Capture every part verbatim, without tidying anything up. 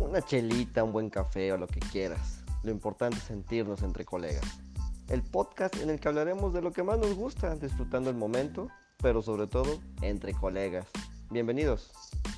Una chelita, un buen café o lo que quieras. Lo importante es sentirnos entre colegas. El podcast en el que hablaremos de lo que más nos gusta, disfrutando el momento, pero sobre todo entre colegas. Bienvenidos.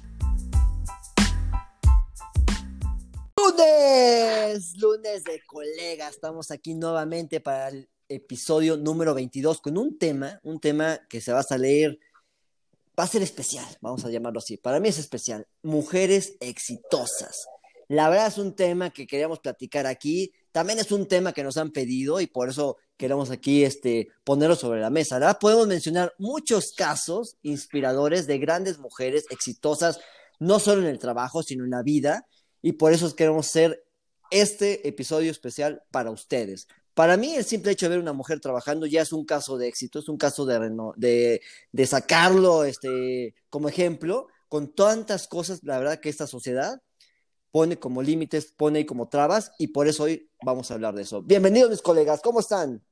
Lunes, lunes de colegas. Estamos aquí nuevamente para el episodio número veintidós con un tema, un tema que se va a salir, va a ser especial, vamos a llamarlo así. Para mí es especial. Mujeres exitosas. La verdad es un tema que queríamos platicar aquí. También es un tema que nos han pedido y por eso queremos aquí este, ponerlo sobre la mesa. ¿Verdad? Podemos mencionar muchos casos inspiradores de grandes mujeres exitosas, no solo en el trabajo, sino en la vida. Y por eso queremos hacer este episodio especial para ustedes. Para mí, el simple hecho de ver una mujer trabajando ya es un caso de éxito, es un caso de, reno- de, de sacarlo este, como ejemplo, con tantas cosas, la verdad, que esta sociedad pone como límites, pone como trabas, y por eso hoy vamos a hablar de eso. Bienvenidos, mis colegas, ¿cómo están?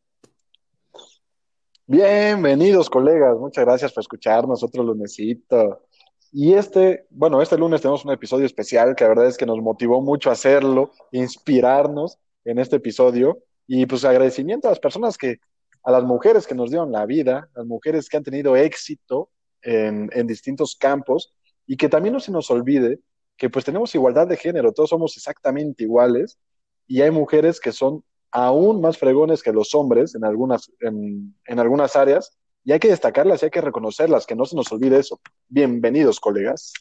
Bienvenidos, colegas. Muchas gracias por escucharnos otro lunesito. Y este, bueno, este lunes tenemos un episodio especial que la verdad es que nos motivó mucho a hacerlo, inspirarnos en este episodio. Y pues agradecimiento a las personas que, a las mujeres que nos dieron la vida, las mujeres que han tenido éxito en, en distintos campos y que también no se nos olvide que pues tenemos igualdad de género, todos somos exactamente iguales y hay mujeres que son aún más fregones que los hombres en algunas, en, en algunas áreas, y hay que destacarlas y hay que reconocerlas, que no se nos olvide eso. Bienvenidos, colegas.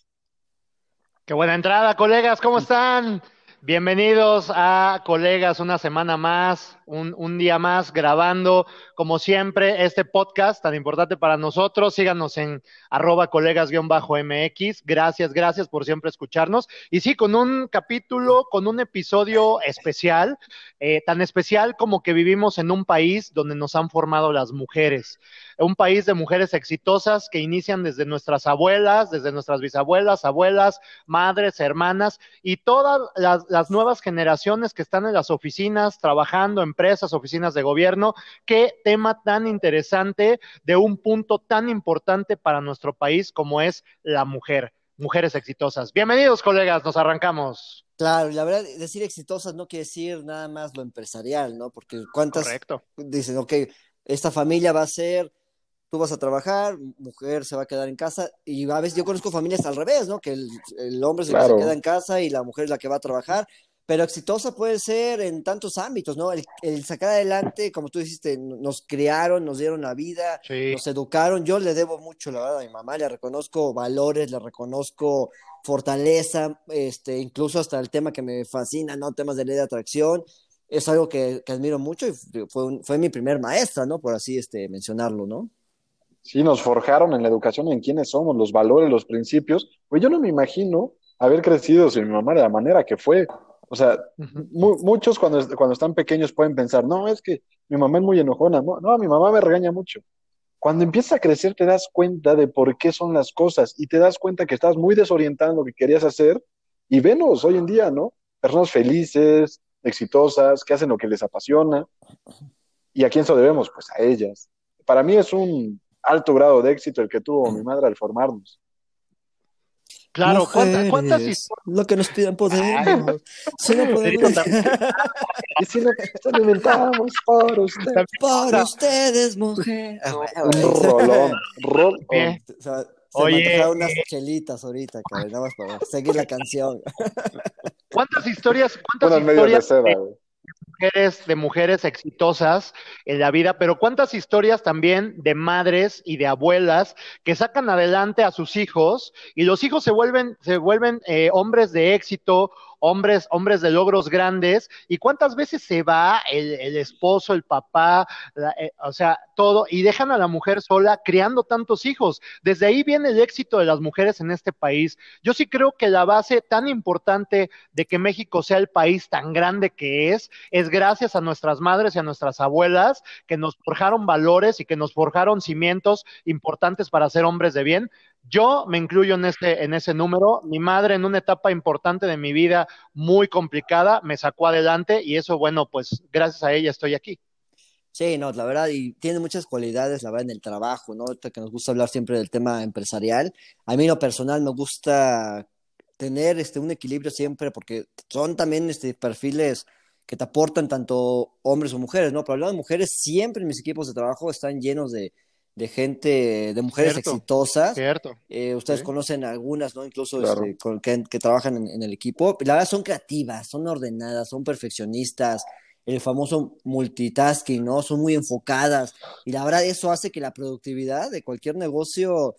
Qué buena entrada, colegas, ¿cómo están? Bienvenidos a Colegas, una semana más, un, un día más grabando, como siempre, este podcast tan importante para nosotros. Síganos en arroba colegas-M X. Gracias, gracias por siempre escucharnos. Y sí, con un capítulo, con un episodio especial, eh, tan especial como que vivimos en un país donde nos han formado las mujeres. Un país de mujeres exitosas que inician desde nuestras abuelas, desde nuestras bisabuelas, abuelas, madres, hermanas y todas las, las nuevas generaciones que están en las oficinas, trabajando, empresas, oficinas de gobierno. Qué tema tan interesante de un punto tan importante para nuestro país como es la mujer, mujeres exitosas. Bienvenidos, colegas, nos arrancamos. Claro, y la verdad, decir exitosas no quiere decir nada más lo empresarial, ¿no? Porque cuántas Correcto. dicen, ok, esta familia va a ser, tú vas a trabajar, mujer se va a quedar en casa, y a veces yo conozco familias al revés, ¿no? Que el, el hombre es el que se queda Claro, en casa y la mujer es la que va a trabajar, pero exitosa puede ser en tantos ámbitos, ¿no? El, el sacar adelante, como tú dijiste, nos criaron, nos dieron la vida, Sí. nos educaron. Yo le debo mucho, la verdad, a mi mamá, le reconozco valores, le reconozco fortaleza, este, incluso hasta el tema que me fascina, ¿no? Temas de ley de atracción. Es algo que, que admiro mucho y fue, un, fue mi primer maestra, ¿no? Por así este, mencionarlo, ¿no? sí, nos forjaron en la educación, en quiénes somos, los valores, los principios. Pues yo no me imagino haber crecido sin mi mamá de la manera que fue. O sea, Uh-huh. mu muchos cuando, cuando están pequeños pueden pensar, no, es que mi mamá es muy enojona. No, no, mi mamá me regaña mucho. Cuando empiezas a crecer te das cuenta de por qué son las cosas y te das cuenta que estás muy desorientado en lo que querías hacer y venos hoy en día, ¿no? Personas felices, exitosas, que hacen lo que les apasiona. ¿Y a quién se lo debemos? Pues a ellas. Para mí es un alto grado de éxito el que tuvo mi madre al formarnos. Claro, ¿cuánta, ¿cuántas Mujeres, historias? lo que nos pidan Ay, podemos. Si no te podemos, digo, también, Y si no, se lo inventamos por usted. también por vamos ustedes, mujer. Ah, a... bueno, Un güey. rolón, Bien. rolón. Se, se me Oye, antojaron unas chelitas ahorita, cabrón, nada más para seguir la canción. ¿cuántas historias, cuántas Unas medias historias de seda, güey. mujeres, de mujeres exitosas en la vida, pero cuántas historias también de madres y de abuelas que sacan adelante a sus hijos y los hijos se vuelven, se vuelven eh, hombres de éxito, hombres, hombres de logros grandes, y cuántas veces se va el, el esposo, el papá, la, eh, o sea, todo, y dejan a la mujer sola criando tantos hijos. Desde ahí viene el éxito de las mujeres en este país. Yo sí creo que la base tan importante de que México sea el país tan grande que es, es gracias a nuestras madres y a nuestras abuelas que nos forjaron valores y que nos forjaron cimientos importantes para ser hombres de bien. Yo me incluyo en ese, en ese número. Mi madre en una etapa importante de mi vida muy complicada me sacó adelante y eso, bueno, pues gracias a ella estoy aquí. Sí, no, la verdad, y tiene muchas cualidades, la verdad, en el trabajo, ¿no? Ahorita que nos gusta hablar siempre del tema empresarial. A mí, en lo personal, me gusta tener este, un equilibrio siempre, porque son también este, perfiles que te aportan tanto hombres o mujeres, ¿no? Pero hablando de mujeres, siempre en mis equipos de trabajo están llenos de, de gente, de mujeres Cierto, exitosas. cierto. Eh, ustedes Sí. conocen algunas, ¿no? Incluso Claro. este, con, que, que trabajan en, en el equipo. La verdad son creativas, son ordenadas, son perfeccionistas, el famoso multitasking, ¿no? Son muy enfocadas. Y la verdad eso hace que la productividad de cualquier negocio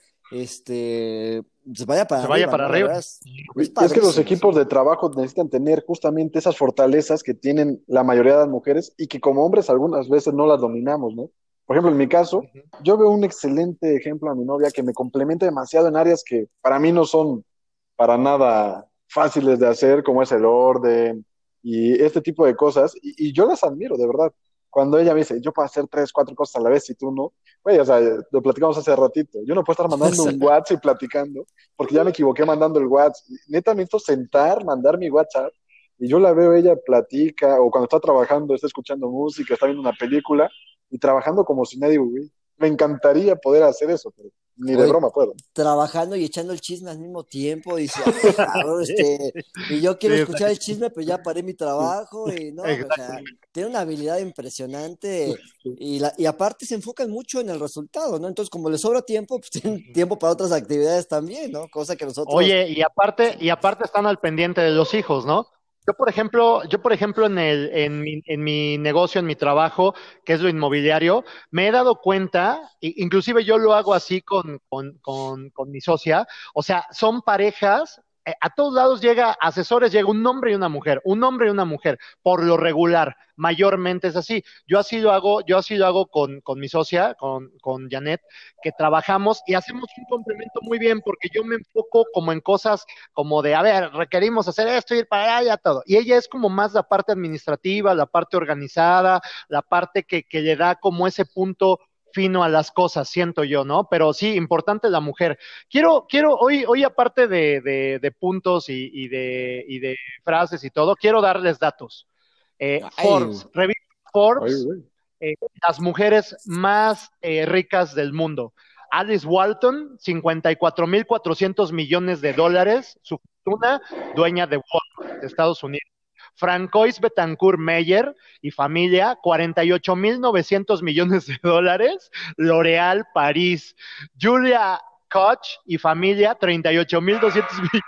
este, se vaya para Se vaya arriba, para ¿no? La arriba. verdad es, es Y es que los padrísimo. equipos Sí. de trabajo necesitan tener justamente esas fortalezas que tienen la mayoría de las mujeres y que como hombres algunas veces no las dominamos, ¿no? Por ejemplo, en mi caso, Ujú. yo veo un excelente ejemplo a mi novia que me complementa demasiado en áreas que para mí no son para nada fáciles de hacer, como es el orden y este tipo de cosas. Y, y yo las admiro, de verdad. Cuando ella me dice, yo puedo hacer tres, cuatro cosas a la vez y tú no, güey, o sea, lo platicamos hace ratito. Yo no puedo estar mandando un WhatsApp y platicando, porque ya me equivoqué mandando el WhatsApp. Neta, necesito sentar, mandar mi WhatsApp, y yo la veo, ella platica, o cuando está trabajando, está escuchando música, está viendo una película, y trabajando como si nadie, güey. Me encantaría poder hacer eso, pero ni de Oye, broma puedo. trabajando y echando el chisme al mismo tiempo, dice, ay, cabrón, este, y yo quiero Sí, escuchar el chisme, pero ya paré mi trabajo y no, o sea, exacto. tiene una habilidad impresionante y, la, y aparte se enfocan mucho en el resultado, ¿no? Entonces, como les sobra tiempo, pues tienen tiempo para otras actividades también, ¿no? Cosa que nosotros, Oye, y aparte, y aparte están al pendiente de los hijos, ¿no? Yo, por ejemplo, yo, por ejemplo, en el, en mi, en mi negocio, en mi trabajo, que es lo inmobiliario, me he dado cuenta, i- inclusive yo lo hago así con, con, con, con mi socia, o sea, son parejas, eh, a todos lados llega, asesores, llega un hombre y una mujer, un hombre y una mujer, por lo regular, mayormente es así. Yo así lo hago, yo así lo hago con, con mi socia, con, con Janet, que trabajamos y hacemos un complemento muy bien porque yo me enfoco como en cosas como de, a ver, requerimos hacer esto, ir para allá, todo. Y ella es como más la parte administrativa, la parte organizada, la parte que, que le da como ese punto fino a las cosas, siento yo, ¿no? Pero sí, importante la mujer. Quiero, quiero, hoy, hoy aparte de, de, de puntos y, y, de, y de frases y todo, quiero darles datos. Eh, ay, Forbes, revista Ay, Forbes, güey. eh, las mujeres más eh, ricas del mundo. Alice Walton, cincuenta y cuatro mil cuatrocientos millones de dólares, su fortuna, dueña de Walmart, de Estados Unidos. Francois Betancourt Meyer y familia, cuarenta y ocho mil novecientos millones de dólares, L'Oréal París. Julia Koch y familia, treinta y ocho mil doscientos millones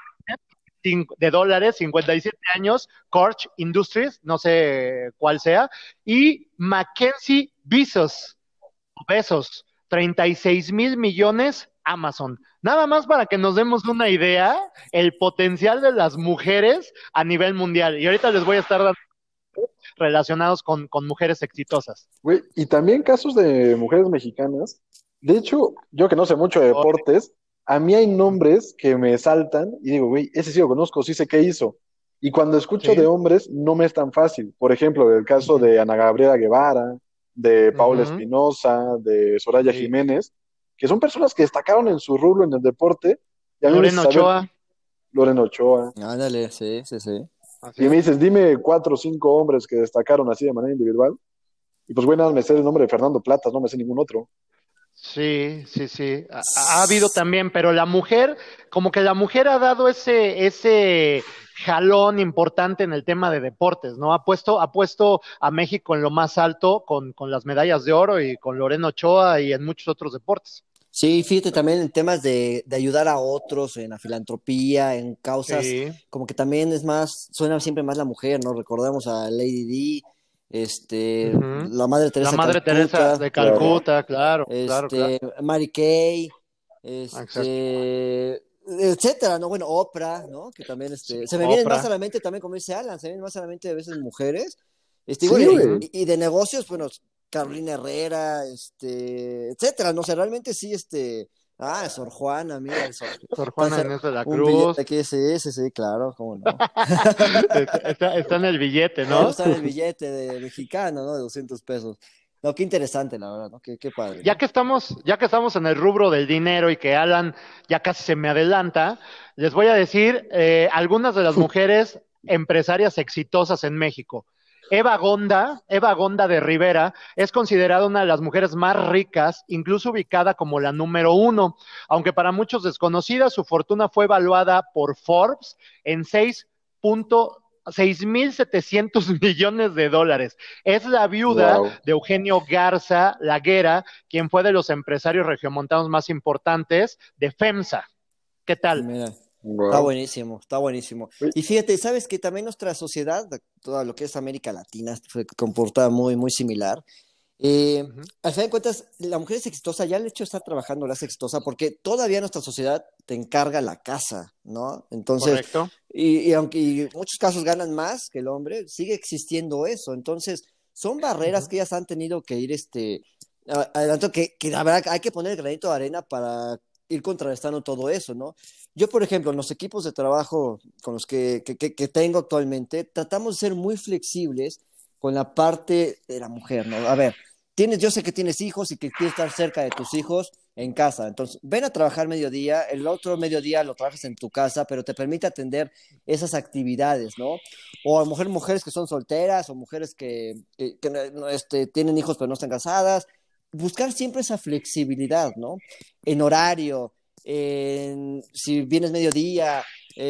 de dólares, cincuenta y siete años, Koch Industries, no sé cuál sea, y Mackenzie Bezos, Bezos, treinta y seis mil millones, Amazon. Nada más para que nos demos una idea, el potencial de las mujeres a nivel mundial. Y ahorita les voy a estar dando relacionados con, con mujeres exitosas. Güey, y también casos de mujeres mexicanas. De hecho, yo que no sé mucho de deportes, a mí hay nombres que me saltan y digo, güey, ese sí lo conozco, sí sé qué hizo. Y cuando escucho Sí. de hombres, no me es tan fácil. Por ejemplo, el caso Ujú. de Ana Gabriela Guevara, de Paula Ujú. Espinosa, de Soraya Sí. Jiménez, que son personas que destacaron en su rubro en el deporte. Y a mí me dice Lorena saber, Ochoa. Lorena Ochoa. ándale, sí, sí, sí. Así Y me es. dices, dime cuatro o cinco hombres que destacaron así de manera individual. Y pues, güey, nada, me sé el nombre de Fernando Platas, no me sé ningún otro. Sí, sí, sí. Ha, ha habido también, pero la mujer, como que la mujer ha dado ese, ese jalón importante en el tema de deportes, ¿no? Ha puesto, ha puesto a México en lo más alto con, con las medallas de oro y con Lorena Ochoa y en muchos otros deportes. Sí, fíjate también en temas de, de ayudar a otros, en la filantropía, en causas, Sí. como que también es más, suena siempre más la mujer, ¿no? Recordamos a Lady D, este, Ujú. la Madre La Teresa Madre Teresa Calcuta, de Claro. Calcuta, claro, claro, claro. este, Mary Kay, Exacto. este, etcétera, ¿no? Bueno, Oprah, ¿no? Que también, Sí, este, se me vienen más a Oprah. la mente también, como dice Alan, se me vienen más a la mente a veces mujeres, este, y Sí, bueno, y, güey. Ujú. y de negocios, bueno, Carolina Herrera, este, etcétera, no sé, realmente sí, este, ah, Sor Juana, mira, el Sor, Sor puede Juana ser Inés de la un billete Cruz. aquí, sí, sí, sí, claro, cómo no. Está, está- está en el billete, Por algo ¿no? está en el billete de mexicano, ¿no? De doscientos pesos. No, qué interesante, la verdad, ¿no? Qué, qué padre, Ya ¿no? que estamos, ya que estamos en el rubro del dinero y que Alan ya casi se me adelanta, les voy a decir eh, algunas de las mujeres empresarias exitosas en México. Eva Gonda, Eva Gonda de Rivera, es considerada una de las mujeres más ricas, incluso ubicada como la número uno. Aunque para muchos desconocida, su fortuna fue evaluada por Forbes en seis mil setecientos millones de dólares. Es la viuda Wow. de Eugenio Garza Laguera, quien fue de los empresarios regiomontanos más importantes de FEMSA. ¿Qué tal? Mira, Wow. está buenísimo, está buenísimo. Uy. Y fíjate, ¿sabes que también nuestra sociedad, toda lo que es América Latina, se comporta muy, muy similar? Eh, Ujú. Al final de cuentas, la mujer es exitosa, ya el hecho de estar trabajando la hace exitosa, porque todavía nuestra sociedad te encarga la casa, ¿no? Entonces, Correcto. y, y aunque y en muchos casos ganan más que el hombre, sigue existiendo eso. Entonces, son barreras Ujú. que ellas han tenido que ir, este, a- adelanto, que, que la verdad hay que poner el granito de arena para ir contrarrestando todo eso, ¿no? Yo, por ejemplo, en los equipos de trabajo con los que, que, que- que tengo actualmente, tratamos de ser muy flexibles con la parte de la mujer, ¿no? A ver, tienes, yo sé que tienes hijos y que quieres estar cerca de tus hijos en casa, entonces ven a trabajar mediodía, el otro mediodía lo trabajas en tu casa, pero te permite atender esas actividades, ¿no? O a lo mejor mujeres que son solteras o mujeres que, que, que no, este, tienen hijos pero no están casadas, buscar siempre esa flexibilidad, ¿no? En horario, en, si vienes mediodía,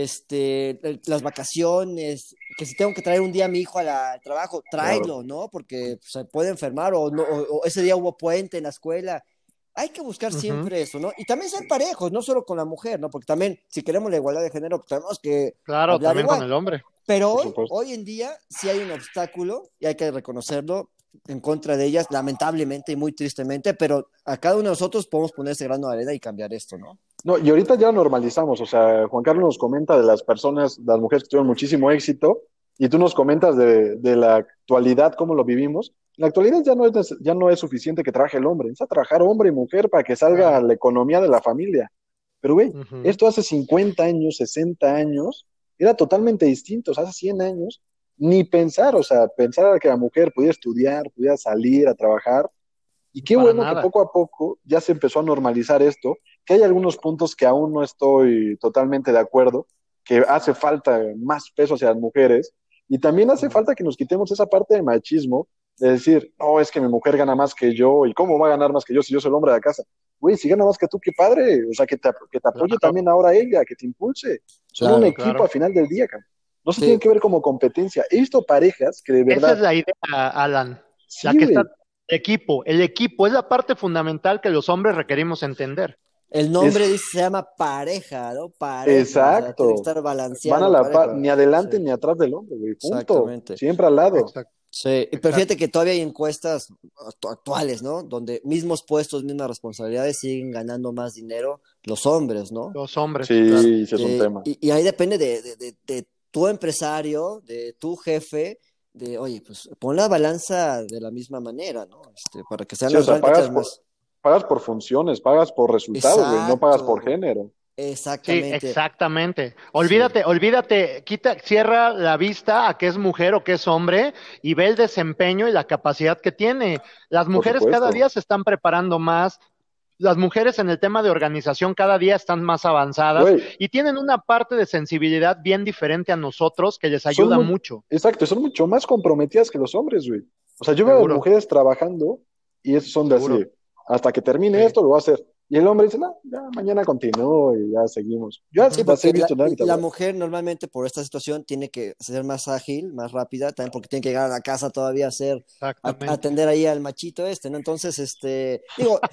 este, las vacaciones, que si tengo que traer un día a mi hijo a la- al trabajo, Claro. tráelo, ¿no? Porque se puede enfermar o, no, o, o ese día hubo puente en la escuela. Hay que buscar Ujú. siempre eso, ¿no? Y también ser parejos, no solo con la mujer, ¿no? Porque también, si queremos la igualdad de género, pues tenemos que Claro, hablar también con igual. el hombre. Pero Por hoy, supuesto. hoy en día, sí hay un obstáculo y hay que reconocerlo en contra de ellas, lamentablemente y muy tristemente, pero a cada uno de nosotros podemos poner ese grano de arena y cambiar esto, ¿no? No, y ahorita ya normalizamos, o sea, Juan Carlos nos comenta de las personas, las mujeres que tuvieron muchísimo éxito, y tú nos comentas de, de la actualidad, cómo lo vivimos. En la actualidad ya no es, neces- ya no es suficiente que trabaje el hombre, necesita trabajar hombre y mujer para que salga Claro. la economía de la familia. Pero, güey, Ujú. esto hace cincuenta años, sesenta años, era totalmente distinto, o sea, hace cien años, ni pensar, o sea, pensar que la mujer pudiera estudiar, pudiera salir a trabajar, y qué Para bueno que nada. poco a poco ya se empezó a normalizar esto, que hay algunos puntos que aún no estoy totalmente de acuerdo, que hace falta más peso hacia las mujeres, y también hace Ujú. falta que nos quitemos esa parte de machismo, de decir, no, es que mi mujer gana más que yo, y cómo va a ganar más que yo si yo soy el hombre de la casa. Güey, si gana más que tú, qué padre, o sea, que te, que te apoye Claro, también ahora ella, que te impulse. Son un Claro. equipo claro. a final del día, cabrón. No se tienen Sí, que ver como competencia. He visto parejas que de Esa verdad, es la idea, Alan. La sí, que está güey, el equipo. El equipo es la parte fundamental que los hombres requerimos entender. el nombre dice, se es llama pareja, ¿no? Pareja, o sea, tiene que exacto. estar Van a balanceado, la par, pareja. ni adelante Sí, ni atrás del hombre, güey. Junto, exactamente. siempre al lado. Exacto, Sí, pero fíjate exacto. que todavía hay encuestas actu- actuales, ¿no? Donde mismos puestos, mismas responsabilidades, siguen ganando más dinero los hombres, ¿no? Los hombres, claro. Sí, sí es un Este, tema. y, y ahí depende de, de, de- de tu empresario, de tu jefe, de, oye, pues pon la balanza de la misma manera, ¿no? Este, para que sean Sí, o las sea, realmente pagas las por, más. pagas por funciones, pagas por resultados, güey, no pagas por Exacto, género. Sí, exactamente. exactamente. Sí. Olvídate, olvídate, quita, cierra la vista a qué es mujer o qué es hombre y ve el desempeño y la capacidad que tiene. Las Por mujeres cada supuesto. día se están preparando más. Las mujeres en el tema de organización cada día están más avanzadas Güey, y tienen una parte de sensibilidad bien diferente a nosotros que les son ayuda muy, mucho. exacto, son mucho más comprometidas que los hombres, güey. O sea, yo veo a las Seguro, mujeres trabajando y esos son de seguro. así, hasta que termine Sí. esto lo voy a hacer. Y el hombre dice, no, ya mañana continúo y ya seguimos. Yo Sí, Ujú. las he porque visto la, en el ámbito la laboral. mujer normalmente por esta situación tiene que ser más ágil, más rápida, también porque tiene que llegar a la casa todavía a hacer, a- a Exactamente. atender ahí al machito este, ¿no? Entonces, este, digo,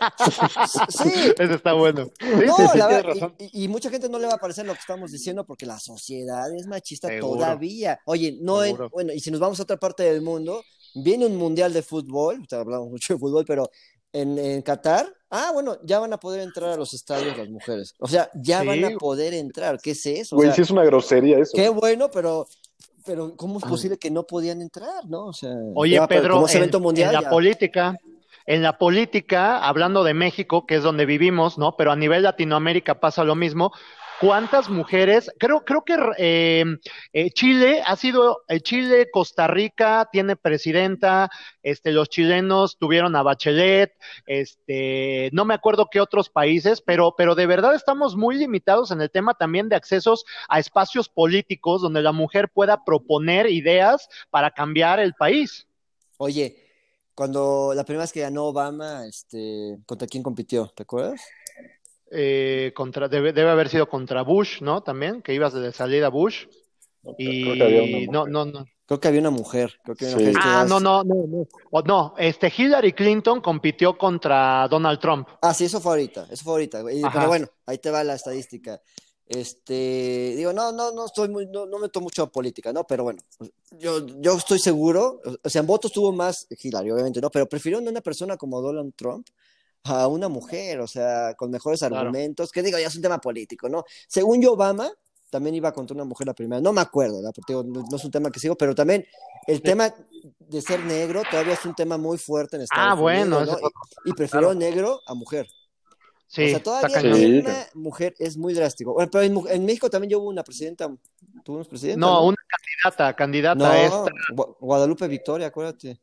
sí, Ese está bueno. Sí, sí, no, sí, la tienes verdad, y, razón. y, y mucha gente no le va a parecer lo que estamos diciendo porque la sociedad es machista Seguro, todavía. Oye, no en, seguro. bueno, y si nos vamos a otra parte del mundo, viene un mundial de fútbol, o sea, hablamos mucho de fútbol, pero en, en Qatar, ah, bueno, ya van a poder entrar a los estadios las mujeres. O sea, ya van a Sí, poder entrar. ¿Qué es eso? O Güey, sea, sí es una grosería eso, qué güey. bueno, pero, pero ¿cómo es posible que no podían entrar, no? O sea, oye, ya, pero como Pedro, es evento en, en mundial, la ya. política, en la política, hablando de México, que es donde vivimos, ¿no? Pero a nivel Latinoamérica pasa lo mismo. ¿Cuántas mujeres? Creo, creo que eh, eh, Chile ha sido, eh, Chile, Costa Rica tiene presidenta, este, los chilenos tuvieron a Bachelet, este, no me acuerdo qué otros países, pero, pero de verdad estamos muy limitados en el tema también de accesos a espacios políticos donde la mujer pueda proponer ideas para cambiar el país. Oye, cuando la primera vez que ganó Obama, este, ¿contra quién compitió? ¿Te acuerdas? Eh, contra, debe, debe haber sido contra Bush, ¿no? También, que ibas de salida Bush. Creo que había una Y no, mujer. no, no. Creo que había una mujer, creo que había una Sí. mujer. Ah, no, Estas... no, no, no. O, no, este Hillary Clinton compitió contra Donald Trump. Ah, sí, eso fue ahorita, eso fue ahorita. Y- Ajá. pero bueno, ahí te va la estadística. Este, digo, no, no, no estoy muy, no, no meto mucho a política, ¿no? Pero bueno, yo, yo estoy seguro, o sea, en votos tuvo más Hillary, obviamente, ¿no? Pero prefirieron a una persona como Donald Trump a una mujer, o sea, con mejores Claro. argumentos, que digo, ya es un tema político, ¿no? Según yo, Obama también iba contra una mujer la primera, no me acuerdo, ¿verdad? Porque digo, no, no es un tema que sigo, pero también el tema de ser negro todavía es un tema muy fuerte en Estados Ah, bueno, Unidos, ese ¿no? es Y, otro. y prefirió Claro. negro a mujer. Sí, O sea, está todavía cañón. tener Sí. una mujer es muy drástico. Bueno, pero en, en México también yo hubo una presidenta, tuvimos presidenta, No, ¿no? una candidata, candidata No, esta. Gua- Guadalupe Victoria, acuérdate.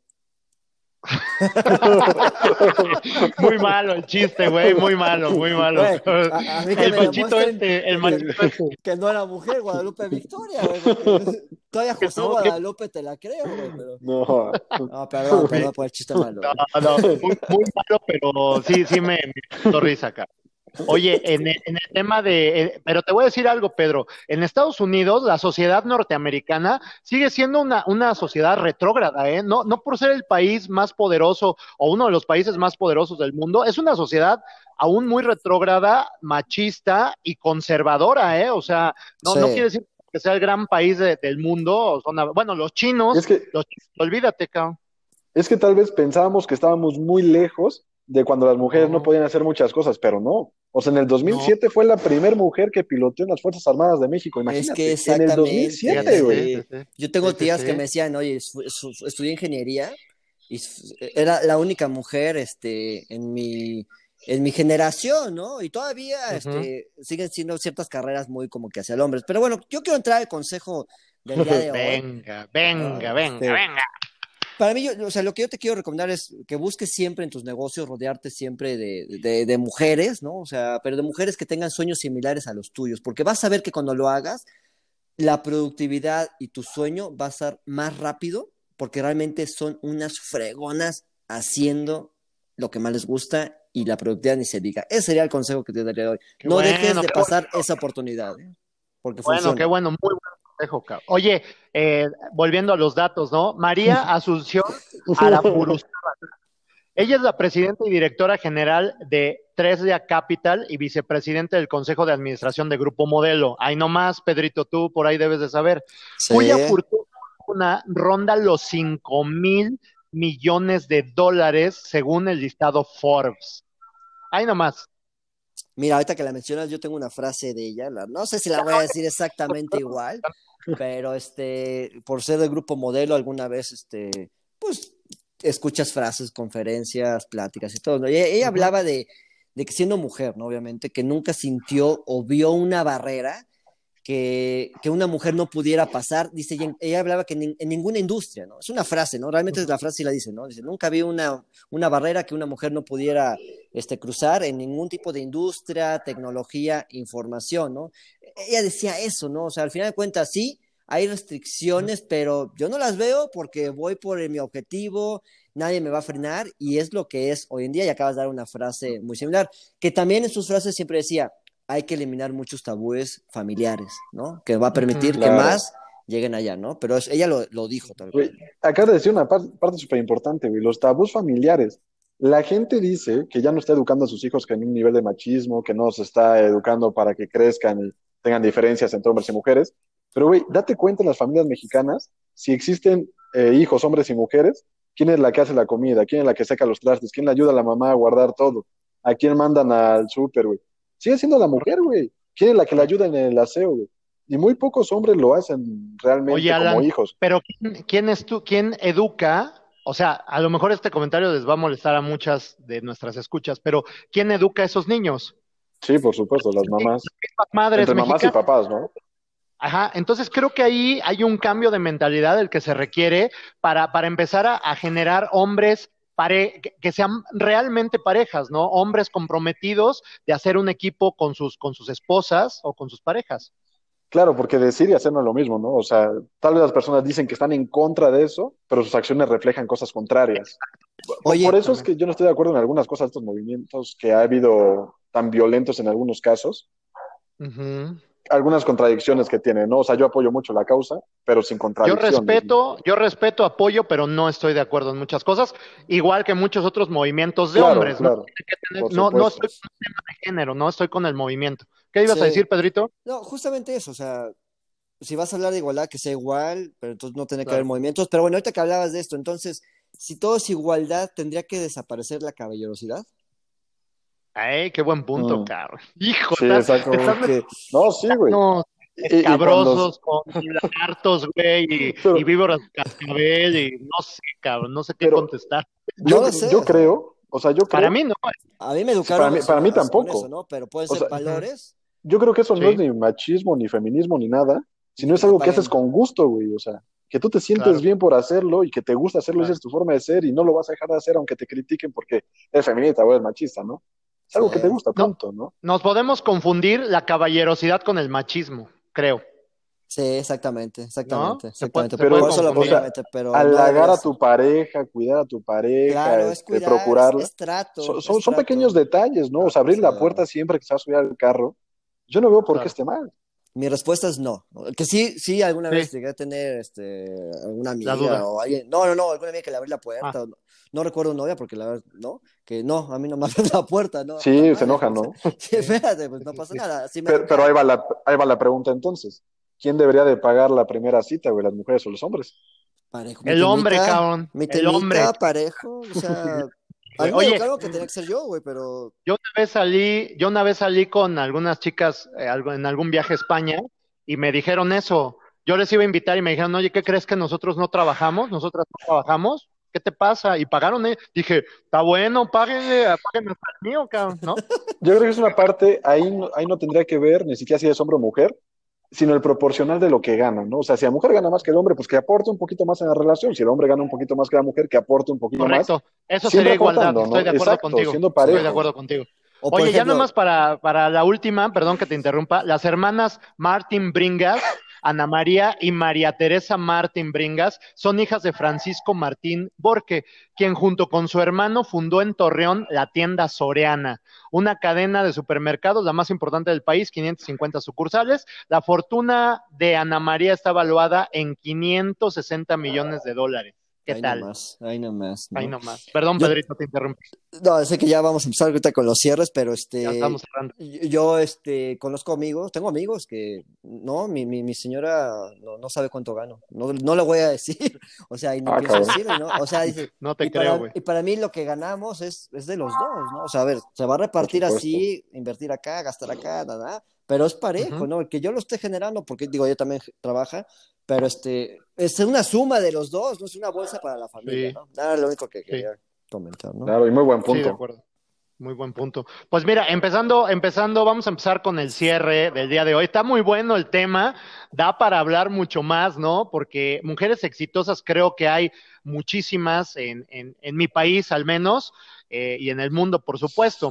Muy malo el chiste, güey, muy malo, muy malo. Güey, a, a mí que El me machito demuestren este, el que, machito este. que no era mujer, Guadalupe Victoria, güey, porque todavía José No, qué- Guadalupe te la creo, güey, pero... No. No, perdón, perdón por el chiste malo, No, güey. no, muy, muy malo, pero sí, sí me, me dio risa acá. Oye, en el, en el tema de, eh, pero te voy a decir algo, Pedro. En Estados Unidos, la sociedad norteamericana sigue siendo una, una sociedad retrógrada, ¿eh? No, no por ser el país más poderoso o uno de los países más poderosos del mundo, es una sociedad aún muy retrógrada, machista y conservadora, ¿eh? O sea, no, no Sí. quiere decir que sea el gran país de- del mundo. Son, bueno, los chinos, Es que, los chinos, olvídate, cabrón. es que tal vez pensábamos que estábamos muy lejos de cuando las mujeres no No, podían hacer muchas cosas, pero no. O sea, en el dos mil no, siete fue la primera mujer que piloteó en las Fuerzas Armadas de México, Es que imagínate. En el exactamente, dos mil siete, güey. fíjate, sí. sí, sí, Yo tengo sí, sí, tías sí. que me decían, oye, su- su- estudié ingeniería y s- era la única mujer, este, en mi, en mi generación, ¿no? Y todavía, Ujú. este, siguen siendo ciertas carreras muy como que hacia el hombre. Pero bueno, yo quiero entrar al consejo del día de hoy. Venga, venga, Ah, venga, este, venga. Para mí, yo- o sea, lo que yo te quiero recomendar es que busques siempre en tus negocios rodearte siempre de, de- de mujeres, ¿no? O sea, pero de mujeres que tengan sueños similares a los tuyos, porque vas a ver que cuando lo hagas, la productividad y tu sueño va a ser más rápido, porque realmente son unas fregonas haciendo lo que más les gusta y la productividad ni se diga. Ese sería el consejo que te daría hoy. Qué No dejes bueno, de qué pasar esa oportunidad, ¿eh? Porque bueno, funciona. qué bueno, muy buen consejo, cabrón. Oye, eh, volviendo a los datos, ¿no? María Asunción Arapuruzábal. Ella es la presidenta y directora general de tres D A Capital y vicepresidente del Consejo de Administración de Grupo Modelo. Ahí nomás, Pedrito, tú por ahí debes de saber. Sí. Cuya fortuna ronda los cinco mil millones de dólares según el listado Forbes. Ahí nomás. Mira, ahorita que la mencionas, yo tengo una frase de ella. la- no sé si la voy a decir exactamente igual, pero este, por ser del grupo modelo, alguna vez, este, pues, escuchas frases, conferencias, pláticas y todo, ¿no? Y ella, ella Ujú. hablaba de, de que siendo mujer, ¿no? Obviamente, que nunca sintió o vio una barrera que, que una mujer no pudiera pasar. Dice, ella, ella hablaba que en, en ninguna industria, ¿no? Es una frase, ¿no? Realmente es la frase y la dice, ¿no? Dice, nunca vi una, una barrera que una mujer no pudiera este, cruzar en ningún tipo de industria, tecnología, información, ¿no? Ella decía eso, ¿no? O sea, al final de cuentas, sí, hay restricciones, pero yo no las veo porque voy por mi objetivo, nadie me va a frenar y es lo que es hoy en día. Y acabas de dar una frase muy similar, que también en sus frases siempre decía, hay que eliminar muchos tabúes familiares, ¿no? Que va a permitir Ujú. que Claro. más lleguen allá, ¿no? Pero es- ella lo, lo dijo tal Güey, cual. acabas de decir una par- parte súper importante, güey, los tabús familiares. La gente dice que ya no está educando a sus hijos que en un nivel de machismo, que no se está educando para que crezcan y tengan diferencias entre hombres y mujeres. Pero, güey, date cuenta en las familias mexicanas, si existen eh, hijos, hombres y mujeres, ¿quién es la que hace la comida? ¿Quién es la que seca los trastes? ¿Quién le ayuda a la mamá a guardar todo? ¿A quién mandan al súper, güey? Sigue siendo la mujer, güey. ¿Quién es la que le ayuda en el aseo, güey? Y muy pocos hombres lo hacen realmente Oye, como Alan, hijos. pero ¿quién, quién es tú, quién educa? O sea, a lo mejor este comentario les va a molestar a muchas de nuestras escuchas, pero ¿quién educa a esos niños? Sí, por supuesto, las mamás. Las madres Entre mamás y mexicanas. papás, ¿no? Ajá, entonces creo que ahí hay un cambio de mentalidad el que se requiere para, para empezar a, a generar hombres pare, que, que sean realmente parejas, ¿no? Hombres comprometidos de hacer un equipo con sus, con sus esposas o con sus parejas. Claro, porque decir y hacer no es lo mismo, ¿no? O sea, tal vez las personas dicen que están en contra de eso, pero sus acciones reflejan cosas contrarias. Por, por Oye, eso es que yo no estoy de acuerdo en algunas cosas de estos movimientos que ha habido tan violentos en algunos casos, Ujú. algunas contradicciones que tienen, ¿no? O sea, yo apoyo mucho la causa, pero sin Yo contradicciones, ¿no? respeto, yo respeto, apoyo, pero no estoy de acuerdo en muchas cosas, igual que muchos otros movimientos de Claro, hombres, ¿no? claro, Tiene que tener- por no, no supuesto. estoy con el tema de género, no estoy con el movimiento. ¿Qué ibas a sí. decir, Pedrito? No, justamente eso, o sea, si vas a hablar de igualdad, que sea igual, pero entonces no tiene que haber Claro. movimientos. Pero bueno, ahorita que hablabas de esto, entonces, si todo es igualdad, ¿tendría que desaparecer la caballerosidad? Ay, qué buen punto, Mm, cabrón. Hijo, sí, estás, exacto. Como estás que, No, sí, güey. metiendo Y, y cuando... escabrosos con lagartos, güey, y, y Pero, víboras de cascabel, y no sé, cabrón, no sé qué pero contestar. no yo, lo sé, yo o sea, creo, o sea, yo Para creo, mí no. a mí me sí, para educaron mí, así, para ¿no? mí Así con eso, tampoco. ¿no? Pero pueden O ser sea, Ujú. valores yo creo que eso no es Sí, ni machismo, ni feminismo, ni nada, y sino que es te algo que haces paguen. con gusto, güey. O sea, que tú te sientes claro, bien por hacerlo y que te gusta hacerlo, esa claro. es tu forma de ser y no lo vas a dejar de hacer aunque te critiquen porque eres feminista o eres machista, ¿no? Es Sí, algo que te gusta, No, punto, ¿no? nos podemos confundir la caballerosidad con el machismo, creo, sí, exactamente, ¿no? exactamente, Se puede, exactamente. se Por, puede por Pero, eso lo o volví a confundir. sea, meter, pero no halagar debería a ser. tu pareja, cuidar a tu pareja, Claro, es este, cuidar, es, procurarla, es trato, son, es son, son pequeños trato. detalles, ¿no? O sea, O abrir la sea, puerta siempre que se va a subir al carro, yo no veo por qué Claro. esté mal. mi respuesta es no. Que sí, sí, alguna Sí, vez llegué a tener este, alguna la amiga duda. o alguien. No, no, no, alguna amiga que le abrí la Ah, puerta. o No, no recuerdo novia porque la verdad, no. Que no, a mí no me abres la puerta, no, puta Sí, se madre. enoja, O sea, ¿no? sí, sí, espérate, pues no sí, pasa sí. nada. Así me Pero, pero ahí educaron. va la, ahí va la pregunta entonces. ¿Quién debería de pagar la primera cita, güey? ¿Las mujeres o los hombres? Parejo, mi El hombre, temita, cabrón, mi el hombre, temita, parejo. O sea, a güey. mí me Oye, educaron que tenía que ser yo, güey, pero yo una vez salí, yo una vez salí con algunas chicas eh, algo- en algún viaje a España y me dijeron eso. Yo les iba a invitar y me dijeron, oye, ¿qué crees que nosotros no trabajamos? ¿Nosotras no trabajamos? ¿Qué te pasa? Y pagaron, ¿eh? Dije, está bueno, páguenle, páguenme hasta el mío, cabrón, ¿no? Yo creo que es una parte, ahí no, ahí no tendría que ver ni siquiera si es hombre o mujer, sino el proporcional de lo que gana, ¿no? O sea, si la mujer gana más que el hombre, pues que aporte un poquito más en la relación. Si el hombre gana un poquito más que la mujer, que aporte un poquito más, Correcto. Eso siempre sería igualdad. aportando, Estoy ¿no? de acuerdo Exacto, contigo. siendo sí. Estoy de parejo. acuerdo contigo. O por Oye, ya nomás ejemplo, para, para la última, perdón que te interrumpa, las hermanas Martín Bringas, Ana María y María Teresa Martín Bringas, son hijas de Francisco Martín Borque, quien junto con su hermano fundó en Torreón la tienda Soriana, una cadena de supermercados, la más importante del país, quinientas cincuenta sucursales. La fortuna de Ana María está valuada en quinientos sesenta millones de dólares. ¿Qué ahí tal? nomás, ahí nomás, Ahí ¿no? nomás. Perdón, Yo, Pedrito, te interrumpí. no, sé que ya vamos a empezar ahorita con los cierres, pero Ya este, estamos cerrando. yo este, conozco amigos, tengo amigos que, no, mi, mi, mi señora no, no sabe cuánto gano, no, no lo voy a decir, o sea, y ni Ah, pienso cabrón. decirlo, ¿no? O sea, dice, No y te creo, para, güey. y para mí lo que ganamos es, es de los dos, ¿no? O sea, a ver, se va a Por repartir supuesto. así, invertir acá, gastar acá, nada, pero es parejo, Ujú. ¿no? El que yo lo esté generando, porque digo, yo también trabaja, pero este, es una suma de los dos, no es una bolsa para la familia, Sí, ¿no? Nada, es lo único que sí, quería comentar, ¿no? Claro, y muy buen sí, de punto. acuerdo. Muy buen punto. Pues mira, empezando, empezando, vamos a empezar con el cierre del día de hoy. Está muy bueno el tema, da para hablar mucho más, ¿no? Porque mujeres exitosas creo que hay muchísimas en, en, en mi país al menos, eh, y en el mundo, por supuesto.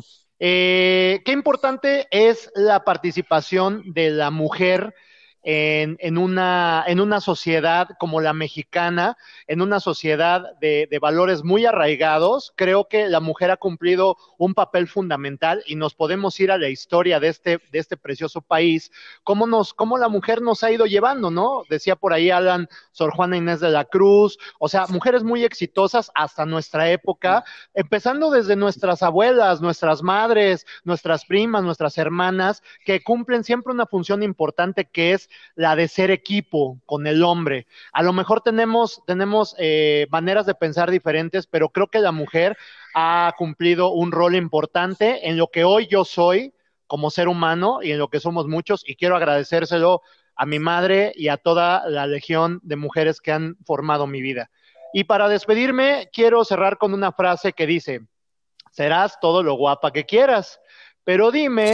Eh, qué importante es la participación de la mujer en, en, una, en una sociedad como la mexicana, en una sociedad de, de valores muy arraigados. Creo que la mujer ha cumplido un papel fundamental y nos podemos ir a la historia de este, de este precioso país, cómo, nos, cómo la mujer nos ha ido llevando, ¿no? Decía por ahí Alan, Sor Juana Inés de la Cruz, o sea, mujeres muy exitosas hasta nuestra época, empezando desde nuestras abuelas, nuestras madres, nuestras primas, nuestras hermanas, que cumplen siempre una función importante que es la de ser equipo con el hombre. A lo mejor tenemos, tenemos eh, maneras de pensar diferentes, pero creo que la mujer ha cumplido un rol importante en lo que hoy yo soy como ser humano y en lo que somos muchos, y quiero agradecérselo a mi madre y a toda la legión de mujeres que han formado mi vida. Y para despedirme, quiero cerrar con una frase que dice, serás todo lo guapa que quieras, pero dime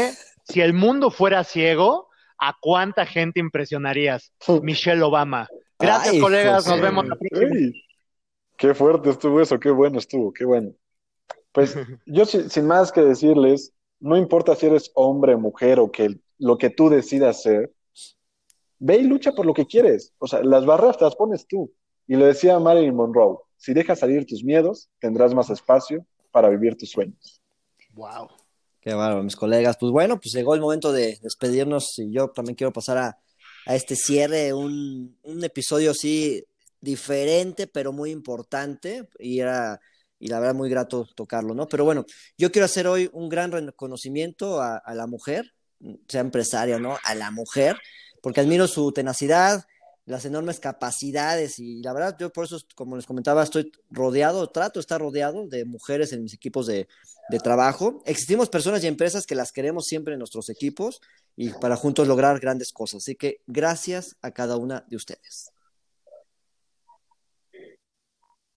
si el mundo fuera ciego, ¿a cuánta gente impresionarías? Michelle Obama. Gracias, Ay, colegas. José. Nos vemos la próxima. Ey, qué fuerte estuvo eso, qué bueno estuvo, qué bueno. Pues yo sin, sin más que decirles, no importa si eres hombre, mujer o que lo que tú decidas ser, ve y lucha por lo que quieres. O sea, las barreras te las pones tú. Y lo decía Marilyn Monroe, si dejas salir tus miedos, tendrás más espacio para vivir tus sueños. Wow. Qué bárbaro, mis colegas. Pues bueno, pues llegó el momento de despedirnos y yo también quiero pasar a, a este cierre, un, un episodio así diferente, pero muy importante y era, y la verdad muy grato tocarlo, ¿no? Pero bueno, yo quiero hacer hoy un gran reconocimiento a, a la mujer, sea empresaria, ¿no? A la mujer, porque admiro su tenacidad, las enormes capacidades y la verdad yo por eso, como les comentaba, estoy rodeado, trato de estar rodeado de mujeres en mis equipos de, de trabajo. Existimos personas y empresas que las queremos siempre en nuestros equipos y para juntos lograr grandes cosas. Así que gracias a cada una de ustedes.